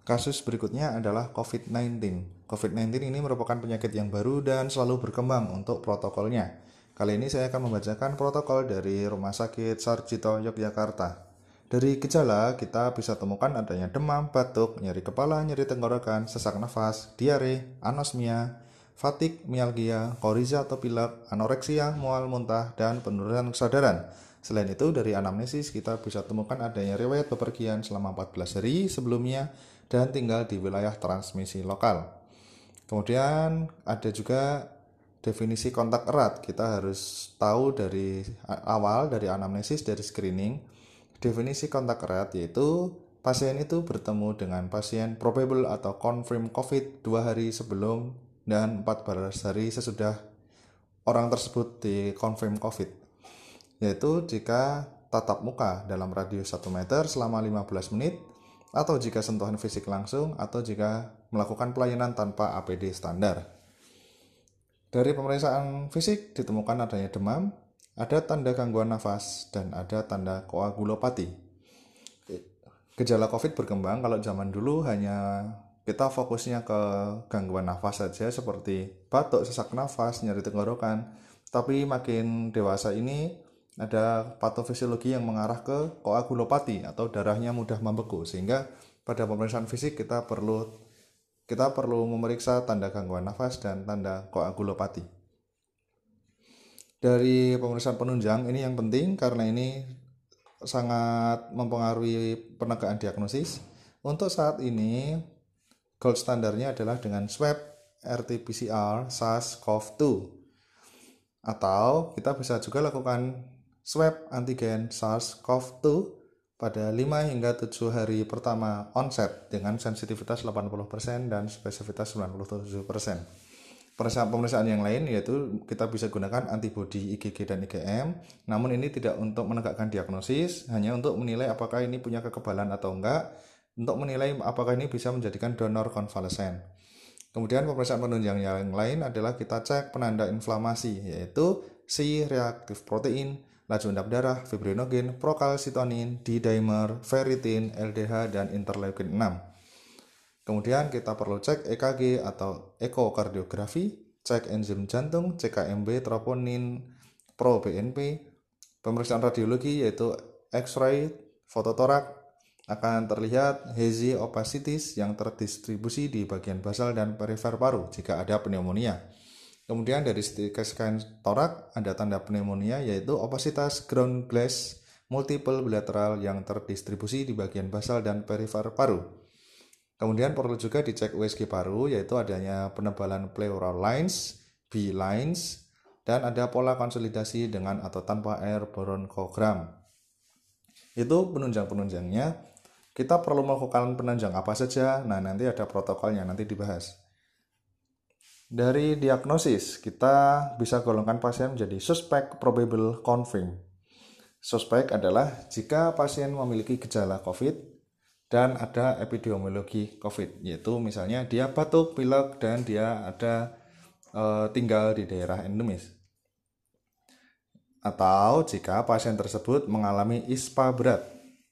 Kasus berikutnya adalah COVID-19. COVID-19 ini merupakan penyakit yang baru dan selalu berkembang untuk protokolnya. Kali ini saya akan membacakan protokol dari Rumah Sakit Sarjito Yogyakarta. Dari gejala, kita bisa temukan adanya demam, batuk, nyeri kepala, nyeri tenggorokan, sesak nafas, diare, anosmia, fatik, mialgia, koriza atau pilek, anoreksia, mual, muntah, dan penurunan kesadaran. Selain itu, dari anamnesis kita bisa temukan adanya riwayat bepergian selama 14 hari sebelumnya dan tinggal di wilayah transmisi lokal. Kemudian ada juga definisi kontak erat. Kita harus tahu dari awal, dari anamnesis, dari screening. Definisi kontak erat yaitu pasien itu bertemu dengan pasien probable atau confirm COVID 2 hari sebelum dan 14 hari sesudah orang tersebut di confirm COVID, yaitu jika tatap muka dalam radius 1 meter selama 15 menit, atau jika sentuhan fisik langsung, atau jika melakukan pelayanan tanpa APD standar. Dari pemeriksaan fisik ditemukan adanya demam, ada tanda gangguan nafas, dan ada tanda koagulopati. Gejala COVID berkembang. Kalau zaman dulu hanya kita fokusnya ke gangguan nafas saja seperti batuk, sesak nafas, nyeri tenggorokan. Tapi makin dewasa ini ada patofisiologi yang mengarah ke koagulopati atau darahnya mudah membeku, sehingga pada pemeriksaan fisik kita perlu memeriksa tanda gangguan nafas dan tanda koagulopati. Dari pemeriksaan penunjang ini yang penting karena ini sangat mempengaruhi penegakan diagnosis. Untuk saat ini gold standarnya adalah dengan swab RT-PCR SARS-CoV-2, atau kita bisa juga lakukan swab antigen SARS-CoV-2 pada 5 hingga 7 hari pertama onset dengan sensitivitas 80% dan spesifitas 97%. Pemeriksaan yang lain yaitu kita bisa gunakan antibodi IgG dan IgM, namun ini tidak untuk menegakkan diagnosis, hanya untuk menilai apakah ini punya kekebalan atau enggak, untuk menilai apakah ini bisa menjadikan donor konvalesen. Kemudian pemeriksaan penunjang yang lain adalah kita cek penanda inflamasi, yaitu C-reactive protein, laju endap darah, fibrinogen, prokalsitonin, D-dimer, ferritin, LDH, dan interleukin 6. Kemudian kita perlu cek EKG atau ekokardiografi, cek enzim jantung, CKMB, troponin, pro-BNP, pemeriksaan radiologi yaitu X-ray, fototorak, akan terlihat hazy opacities yang terdistribusi di bagian basal dan perifer paru jika ada pneumonia. Kemudian dari scan torak ada tanda pneumonia yaitu opasitas ground glass multiple bilateral yang terdistribusi di bagian basal dan perifer paru. Kemudian perlu juga dicek USG paru yaitu adanya penebalan pleural lines, B lines, dan ada pola konsolidasi dengan atau tanpa air bronkogram. Itu penunjang-penunjangnya. Kita perlu melakukan penunjang apa saja? Nah, nanti ada protokolnya, nanti dibahas. Dari diagnosis, kita bisa golongkan pasien menjadi suspek, probable, confirm. Suspek adalah jika pasien memiliki gejala COVID dan ada epidemiologi COVID, yaitu misalnya dia batuk, pilek, dan dia ada tinggal di daerah endemis. Atau jika pasien tersebut mengalami ISPA berat.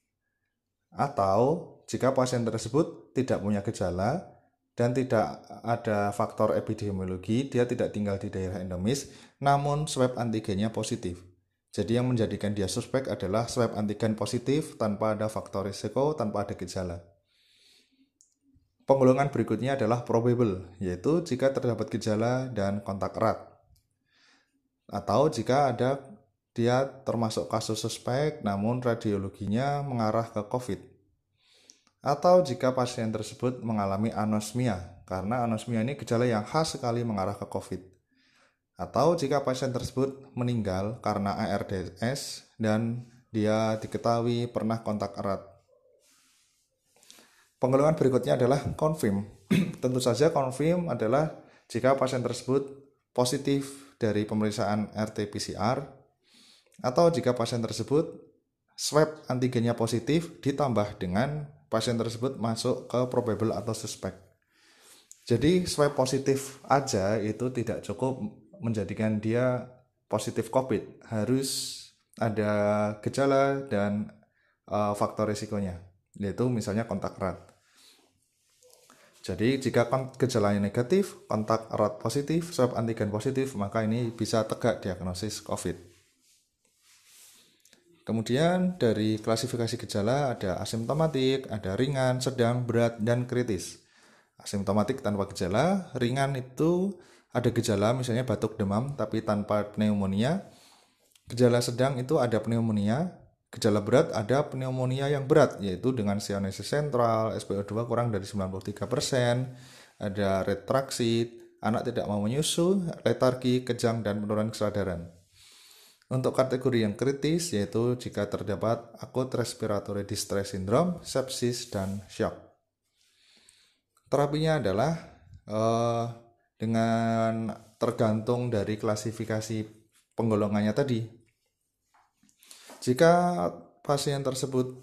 Atau jika pasien tersebut tidak punya gejala dan tidak ada faktor epidemiologi, dia tidak tinggal di daerah endemis, namun swab antigennya positif. Jadi yang menjadikan dia suspek adalah swab antigen positif tanpa ada faktor risiko, tanpa ada gejala. Penggolongan berikutnya adalah probable, yaitu jika terdapat gejala dan kontak erat. Atau jika ada dia termasuk kasus suspek namun radiologinya mengarah ke COVID. Atau jika pasien tersebut mengalami anosmia, karena anosmia ini gejala yang khas sekali mengarah ke COVID. Atau jika pasien tersebut meninggal karena ARDS dan dia diketahui pernah kontak erat. Penggolongan berikutnya adalah confirm. Tentu saja confirm adalah jika pasien tersebut positif dari pemeriksaan RT-PCR, atau jika pasien tersebut swab antigennya positif ditambah dengan pasien tersebut masuk ke probable atau suspek. Jadi swab positif aja itu tidak cukup menjadikan dia positif COVID, harus ada gejala dan faktor risikonya, yaitu misalnya kontak erat. Jadi jika gejalanya negatif, kontak erat positif, swab antigen positif, maka ini bisa tegak diagnosis COVID. Kemudian dari klasifikasi gejala ada asimptomatik, ada ringan, sedang, berat, dan kritis. Asimptomatik tanpa gejala, ringan itu ada gejala misalnya batuk demam tapi tanpa pneumonia. Gejala sedang itu ada pneumonia. Gejala berat ada pneumonia yang berat, yaitu dengan sianosis sentral, SpO2 kurang dari 93%, ada retraksi, anak tidak mau menyusu, letargi, kejang, dan penurunan kesadaran. Untuk kategori yang kritis, yaitu jika terdapat acute respiratory distress syndrome, sepsis, dan shock. Terapinya adalah dengan tergantung dari klasifikasi penggolongannya tadi. Jika pasien tersebut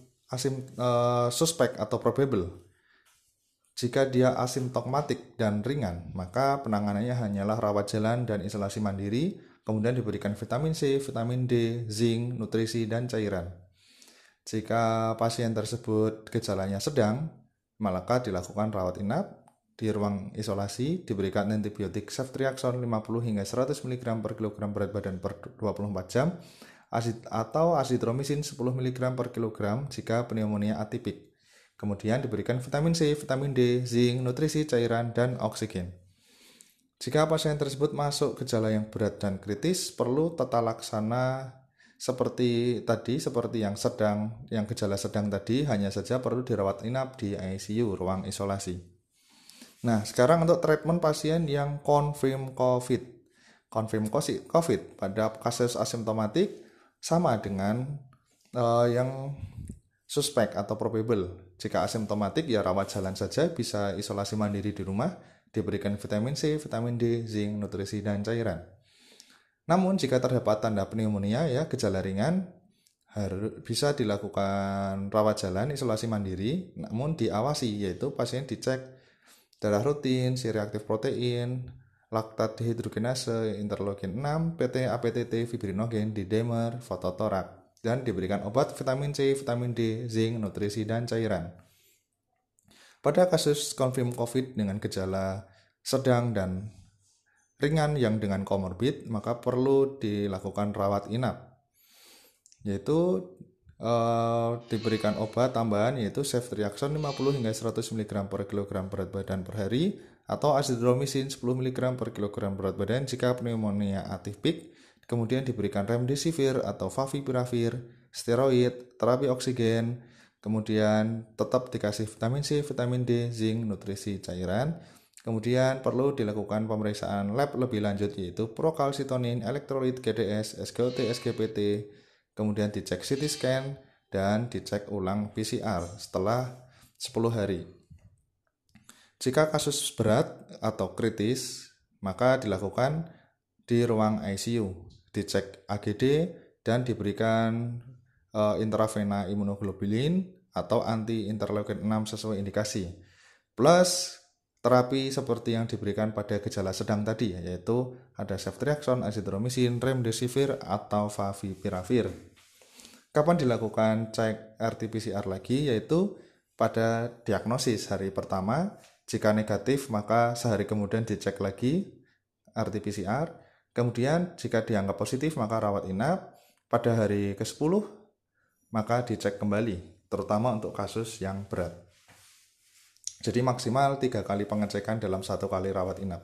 suspek atau probable, jika dia asimptomatik dan ringan, maka penanganannya hanyalah rawat jalan dan isolasi mandiri, kemudian diberikan vitamin C, vitamin D, zinc, nutrisi, dan cairan. Jika pasien tersebut gejalanya sedang, maka dilakukan rawat inap di ruang isolasi, diberikan antibiotik ceftriaxone 50 hingga 100 mg per kilogram berat badan per 24 jam, atau azithromycin 10 mg per kilogram jika pneumonia atipik. Kemudian diberikan vitamin C, vitamin D, zinc, nutrisi, cairan, dan oksigen. Jika pasien tersebut masuk gejala yang berat dan kritis, perlu tata laksana seperti yang gejala sedang tadi, hanya saja perlu dirawat inap di ICU, ruang isolasi. Nah, sekarang untuk treatment pasien yang confirm COVID. Confirm COVID pada kasus asimptomatik sama dengan yang suspek atau probable. Jika asimptomatik ya rawat jalan saja, bisa isolasi mandiri di rumah, diberikan vitamin C, vitamin D, zinc, nutrisi, dan cairan. Namun jika terdapat tanda pneumonia ya gejala ringan, bisa dilakukan rawat jalan isolasi mandiri, namun diawasi, yaitu pasien dicek darah rutin, C reaktif protein, laktat dehidrogenase, interleukin 6, PT, APTT, fibrinogen, dimer, fototorak, dan diberikan obat vitamin C, vitamin D, zinc, nutrisi, dan cairan. Pada kasus confirm COVID dengan gejala sedang dan ringan yang dengan komorbid, maka perlu dilakukan rawat inap, yaitu diberikan obat tambahan yaitu ceftriaxone 50 hingga 100 mg per kilogram berat badan per hari, atau azithromycin 10 mg per kilogram berat badan jika pneumonia atipik. Kemudian diberikan remdesivir atau favipiravir, steroid, terapi oksigen, kemudian tetap dikasih vitamin C, vitamin D, zinc, nutrisi, cairan. Kemudian perlu dilakukan pemeriksaan lab lebih lanjut yaitu prokalsitonin, elektrolit, GDS, SGOT, SGPT, kemudian dicek CT scan dan dicek ulang PCR setelah 10 hari. Jika kasus berat atau kritis, maka dilakukan di ruang ICU, dicek AGD dan diberikan intravena imunoglobulin atau anti-interleukin 6 sesuai indikasi. Plus terapi seperti yang diberikan pada gejala sedang tadi, yaitu ada ceftriaxone, azithromycin, remdesivir, atau favipiravir. Kapan dilakukan cek RT-PCR lagi? Yaitu pada diagnosis hari pertama. Jika negatif, maka sehari kemudian dicek lagi RT-PCR. Kemudian jika dianggap positif, maka rawat inap. Pada hari ke-10, maka dicek kembali, terutama untuk kasus yang berat. Jadi maksimal 3 kali pengecekan dalam 1 kali rawat inap.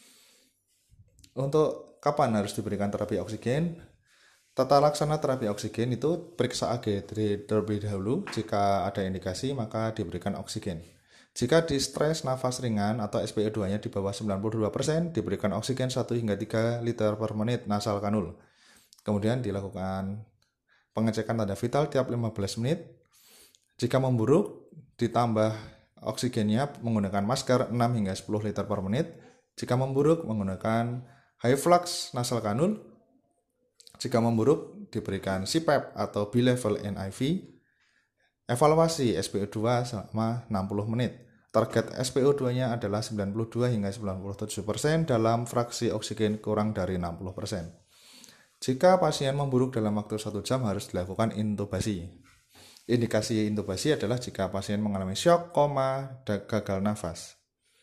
Untuk kapan harus diberikan terapi oksigen? Tata laksana terapi oksigen itu periksa AGD terlebih dahulu. Jika ada indikasi, maka diberikan oksigen. Jika distres nafas ringan atau SpO2-nya di bawah 92%, diberikan oksigen 1 hingga 3 liter per menit nasal kanul. Kemudian dilakukan pengecekan tanda vital tiap 15 menit. Jika memburuk, ditambah oksigennya menggunakan masker 6 hingga 10 liter per menit. Jika memburuk, menggunakan high flux nasal kanul. Jika memburuk, diberikan CPAP atau bilevel NIV. Evaluasi SpO2 selama 60 menit. Target SpO2-nya adalah 92 hingga 97% dalam fraksi oksigen kurang dari 60%. Jika pasien memburuk dalam waktu 1 jam, harus dilakukan intubasi. Indikasi intubasi adalah jika pasien mengalami shock, koma, dan gagal nafas.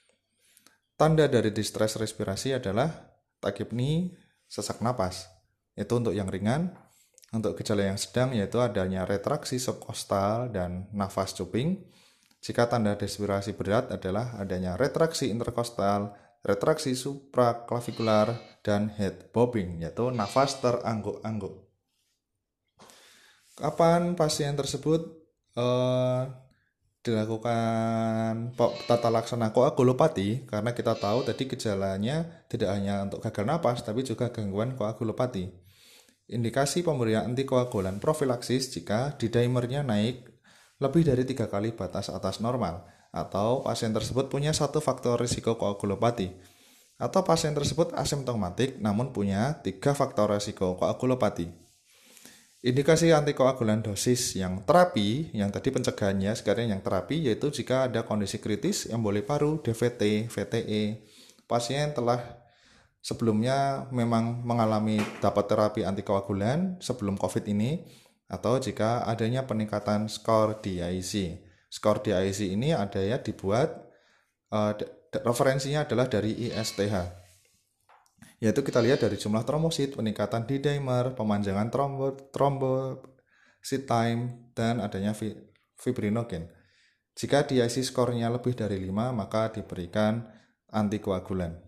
Tanda dari distress respirasi adalah tachypnea, sesak napas. Itu untuk yang ringan. Untuk gejala yang sedang yaitu adanya retraksi subkostal dan nafas cuping. Jika tanda respirasi berat adalah adanya retraksi interkostal, retraksi supraklavikular, dan head bobbing, yaitu nafas terangguk-angguk. Kapan pasien tersebut dilakukan tata laksana koagulopati? Karena kita tahu tadi gejalanya tidak hanya untuk gagal napas, tapi juga gangguan koagulopati. Indikasi pemberian antikoagulan profilaksis jika D-dimernya naik lebih dari 3 kali batas atas normal, atau pasien tersebut punya satu faktor risiko koagulopati, atau pasien tersebut asimptomatik namun punya 3 faktor risiko koagulopati. Indikasi antikoagulan dosis yang terapi, yang tadi pencegahannya, sekarang yang terapi, yaitu jika ada kondisi kritis, emboli paru, DVT, VTE, pasien telah sebelumnya memang mengalami dapat terapi antikoagulan sebelum COVID ini, atau jika adanya peningkatan skor DIC. Skor DIC ini ada ya dibuat, referensinya adalah dari ISTH. Yaitu kita lihat dari jumlah trombosit, peningkatan D-dimer, pemanjangan thrombocyte time, dan adanya fibrinogen. Jika DIC skornya lebih dari 5, maka diberikan antikoagulan.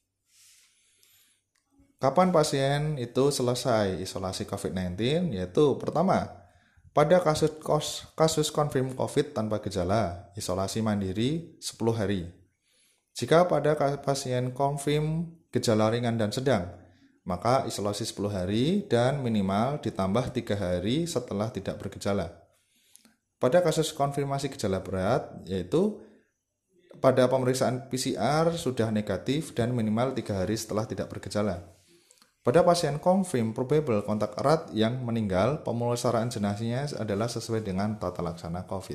Kapan pasien itu selesai isolasi COVID-19? Yaitu pertama, pada kasus konfirm COVID tanpa gejala, isolasi mandiri 10 hari. Jika pada pasien konfirm gejala ringan dan sedang, maka isolasi 10 hari dan minimal ditambah 3 hari setelah tidak bergejala. Pada kasus konfirmasi gejala berat, yaitu pada pemeriksaan PCR sudah negatif dan minimal 3 hari setelah tidak bergejala. Pada pasien confirm probable kontak erat yang meninggal, pemulasaran jenazahnya adalah sesuai dengan tata laksana COVID.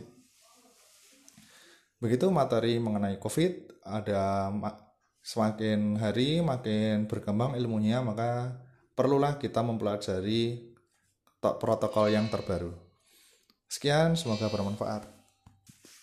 Begitu materi mengenai COVID, ada semakin hari makin berkembang ilmunya, maka perlulah kita mempelajari protokol yang terbaru. Sekian, semoga bermanfaat.